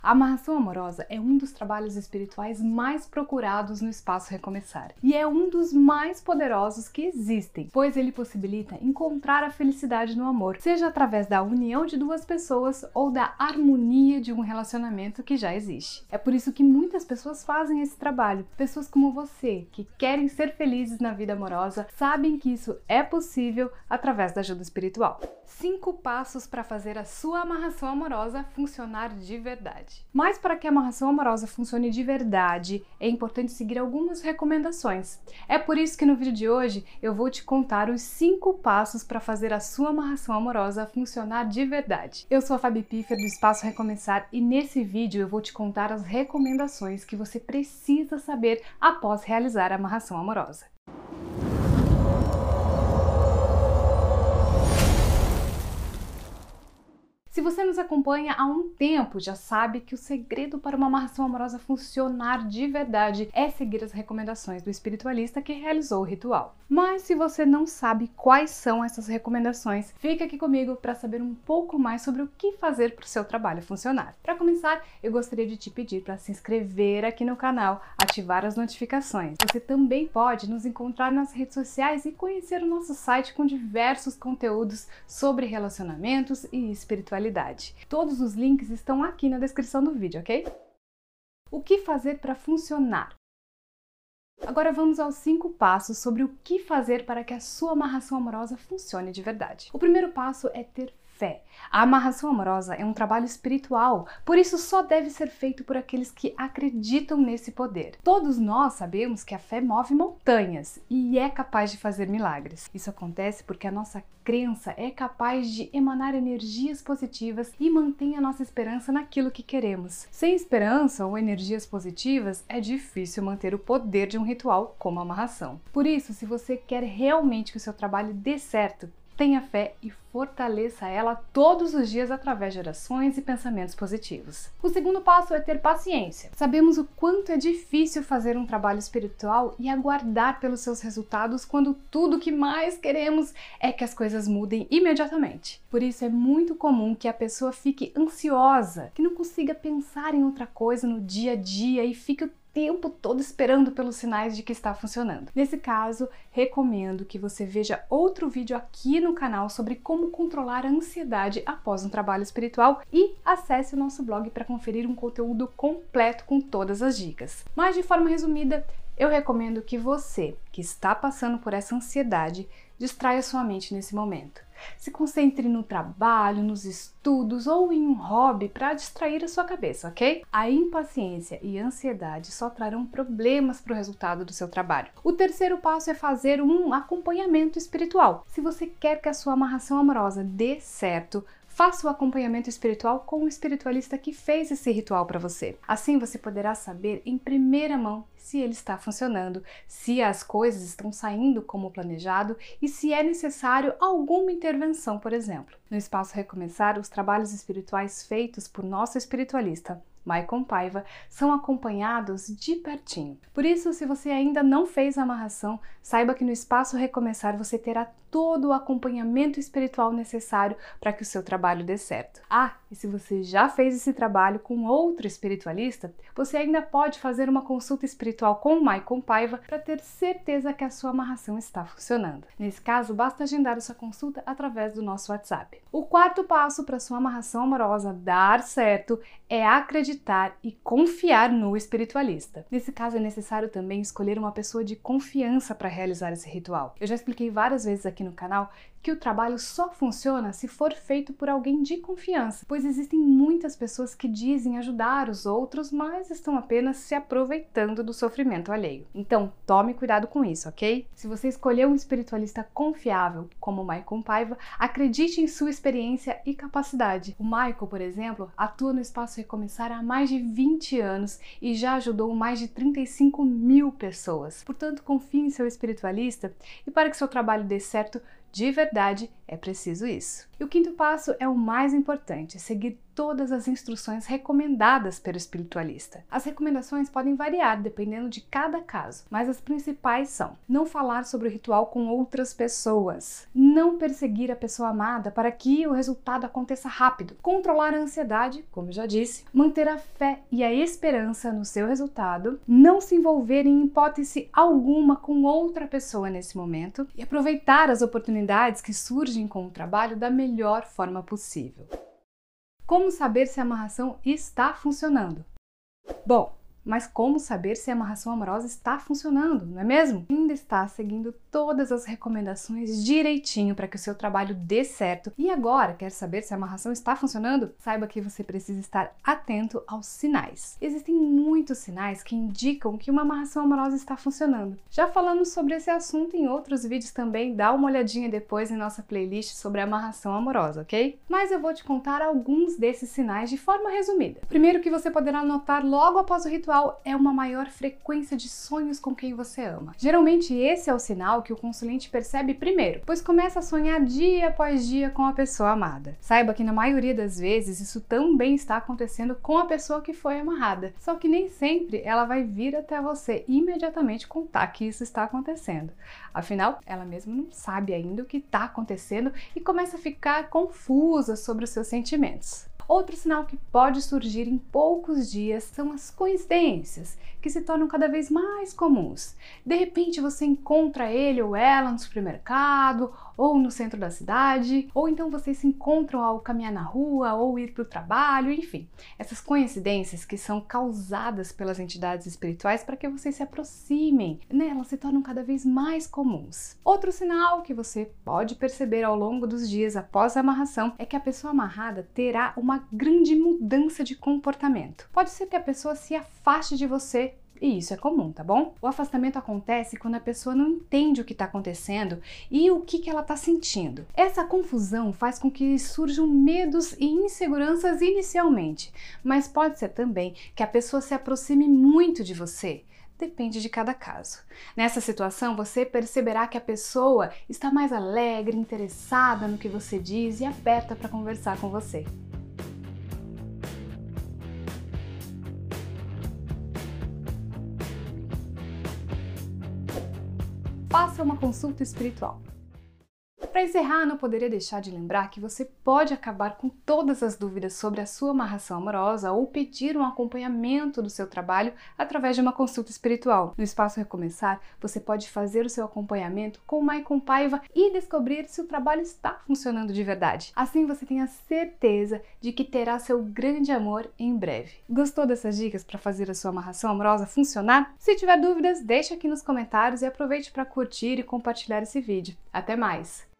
A amarração amorosa é um dos trabalhos espirituais mais procurados no Espaço Recomeçar e é um dos mais poderosos que existem, pois ele possibilita encontrar a felicidade no amor, seja através da união de duas pessoas ou da harmonia de um relacionamento que já existe. É por isso que muitas pessoas fazem esse trabalho. Pessoas como você, que querem ser felizes na vida amorosa, sabem que isso é possível através da ajuda espiritual. 5 passos para fazer a sua amarração amorosa funcionar de verdade. Mas para que a amarração amorosa funcione de verdade, é importante seguir algumas recomendações. É por isso que no vídeo de hoje eu vou te contar os 5 passos para fazer a sua amarração amorosa funcionar de verdade. Eu sou a Fabi Piffer do Espaço Recomeçar e nesse vídeo eu vou te contar as recomendações que você precisa saber após realizar a amarração amorosa. Se você nos acompanha há um tempo, já sabe que o segredo para uma amarração amorosa funcionar de verdade é seguir as recomendações do espiritualista que realizou o ritual. Mas se você não sabe quais são essas recomendações, fica aqui comigo para saber um pouco mais sobre o que fazer para o seu trabalho funcionar. Para começar, eu gostaria de te pedir para se inscrever aqui no canal, ativar as notificações. Você também pode nos encontrar nas redes sociais e conhecer o nosso site com diversos conteúdos sobre relacionamentos e espiritualidade. Todos os links estão aqui na descrição do vídeo, ok? O que fazer para funcionar? Agora vamos aos 5 passos sobre o que fazer para que a sua amarração amorosa funcione de verdade. O primeiro passo é ter fé. A amarração amorosa é um trabalho espiritual, por isso só deve ser feito por aqueles que acreditam nesse poder. Todos nós sabemos que a fé move montanhas e é capaz de fazer milagres. Isso acontece porque a nossa crença é capaz de emanar energias positivas e mantém a nossa esperança naquilo que queremos. Sem esperança ou energias positivas, é difícil manter o poder de um ritual como a amarração. Por isso, se você quer realmente que o seu trabalho dê certo, tenha fé e fortaleça ela todos os dias através de orações e pensamentos positivos. O segundo passo é ter paciência. Sabemos o quanto é difícil fazer um trabalho espiritual e aguardar pelos seus resultados quando tudo que mais queremos é que as coisas mudem imediatamente. Por isso é muito comum que a pessoa fique ansiosa, que não consiga pensar em outra coisa no dia a dia e fique o tempo todo esperando pelos sinais de que está funcionando. Nesse caso, recomendo que você veja outro vídeo aqui no canal sobre como controlar a ansiedade após um trabalho espiritual e acesse o nosso blog para conferir um conteúdo completo com todas as dicas. Mas de forma resumida, eu recomendo que você, que está passando por essa ansiedade, distraia sua mente nesse momento. Se concentre no trabalho, nos estudos ou em um hobby para distrair a sua cabeça, ok? A impaciência e a ansiedade só trarão problemas para o resultado do seu trabalho. O terceiro passo é fazer um acompanhamento espiritual. Se você quer que a sua amarração amorosa dê certo, faça o acompanhamento espiritual com o espiritualista que fez esse ritual para você. Assim você poderá saber em primeira mão se ele está funcionando, se as coisas estão saindo como planejado e se é necessário alguma intervenção, por exemplo. No Espaço Recomeçar, os trabalhos espirituais feitos por nosso espiritualista, Maicon Paiva, são acompanhados de pertinho. Por isso, se você ainda não fez a amarração, saiba que no Espaço Recomeçar você terá todo o acompanhamento espiritual necessário para que o seu trabalho dê certo. Ah, e se você já fez esse trabalho com outro espiritualista, você ainda pode fazer uma consulta espiritual com o Maicon Paiva para ter certeza que a sua amarração está funcionando. Nesse caso, basta agendar a sua consulta através do nosso WhatsApp. O quarto passo para sua amarração amorosa dar certo é acreditar e confiar no espiritualista. Nesse caso, é necessário também escolher uma pessoa de confiança para realizar esse ritual. Eu já expliquei várias vezes aqui no canal que o trabalho só funciona se for feito por alguém de confiança, pois existem muitas pessoas que dizem ajudar os outros, mas estão apenas se aproveitando do sofrimento alheio. Então, tome cuidado com isso, ok? Se você escolher um espiritualista confiável, como o Maicon Paiva, acredite em sua experiência e capacidade. O Maicon, por exemplo, atua no Espaço Recomeçar há mais de 20 anos e já ajudou mais de 35 mil pessoas. Portanto, confie em seu espiritualista e para que seu trabalho dê certo, de verdade, é preciso isso. E o quinto passo é o mais importante, seguir todas as instruções recomendadas pelo espiritualista. As recomendações podem variar dependendo de cada caso, mas as principais são: não falar sobre o ritual com outras pessoas, não perseguir a pessoa amada para que o resultado aconteça rápido, controlar a ansiedade, como eu já disse, manter a fé e a esperança no seu resultado, não se envolver em hipótese alguma com outra pessoa nesse momento e aproveitar as oportunidades que surgem com o trabalho da melhor forma possível. Como saber se a amarração está funcionando? Bom, mas como saber se a amarração amorosa está funcionando, não é mesmo? Ainda está seguindo todas as recomendações direitinho para que o seu trabalho dê certo. E agora, quer saber se a amarração está funcionando? Saiba que você precisa estar atento aos sinais. Existem muitos sinais que indicam que uma amarração amorosa está funcionando. Já falamos sobre esse assunto em outros vídeos também, dá uma olhadinha depois em nossa playlist sobre a amarração amorosa, ok? Mas eu vou te contar alguns desses sinais de forma resumida. Primeiro que você poderá notar logo após o ritual é uma maior frequência de sonhos com quem você ama. Geralmente esse é o sinal que o consulente percebe primeiro, pois começa a sonhar dia após dia com a pessoa amada. Saiba que na maioria das vezes isso também está acontecendo com a pessoa que foi amarrada, só que nem sempre ela vai vir até você imediatamente contar que isso está acontecendo. Afinal, ela mesma não sabe ainda o que está acontecendo e começa a ficar confusa sobre os seus sentimentos. Outro sinal que pode surgir em poucos dias são as coincidências, que se tornam cada vez mais comuns. De repente você encontra ele ou ela no supermercado, ou no centro da cidade, ou então vocês se encontram ao caminhar na rua ou ir para o trabalho, enfim. Essas coincidências que são causadas pelas entidades espirituais para que vocês se aproximem, né? Elas se tornam cada vez mais comuns. Outro sinal que você pode perceber ao longo dos dias após a amarração é que a pessoa amarrada terá uma grande mudança de comportamento. Pode ser que a pessoa se afaste de você, e isso é comum, tá bom? O afastamento acontece quando a pessoa não entende o que está acontecendo e o que ela está sentindo. Essa confusão faz com que surjam medos e inseguranças inicialmente, mas pode ser também que a pessoa se aproxime muito de você. Depende de cada caso. Nessa situação, você perceberá que a pessoa está mais alegre, interessada no que você diz e aberta para conversar com você. Faça uma consulta espiritual. Para encerrar, não poderia deixar de lembrar que você pode acabar com todas as dúvidas sobre a sua amarração amorosa ou pedir um acompanhamento do seu trabalho através de uma consulta espiritual. No Espaço Recomeçar, você pode fazer o seu acompanhamento com Maicon Paiva e descobrir se o trabalho está funcionando de verdade. Assim você tem a certeza de que terá seu grande amor em breve. Gostou dessas dicas para fazer a sua amarração amorosa funcionar? Se tiver dúvidas, deixa aqui nos comentários e aproveite para curtir e compartilhar esse vídeo. Até mais!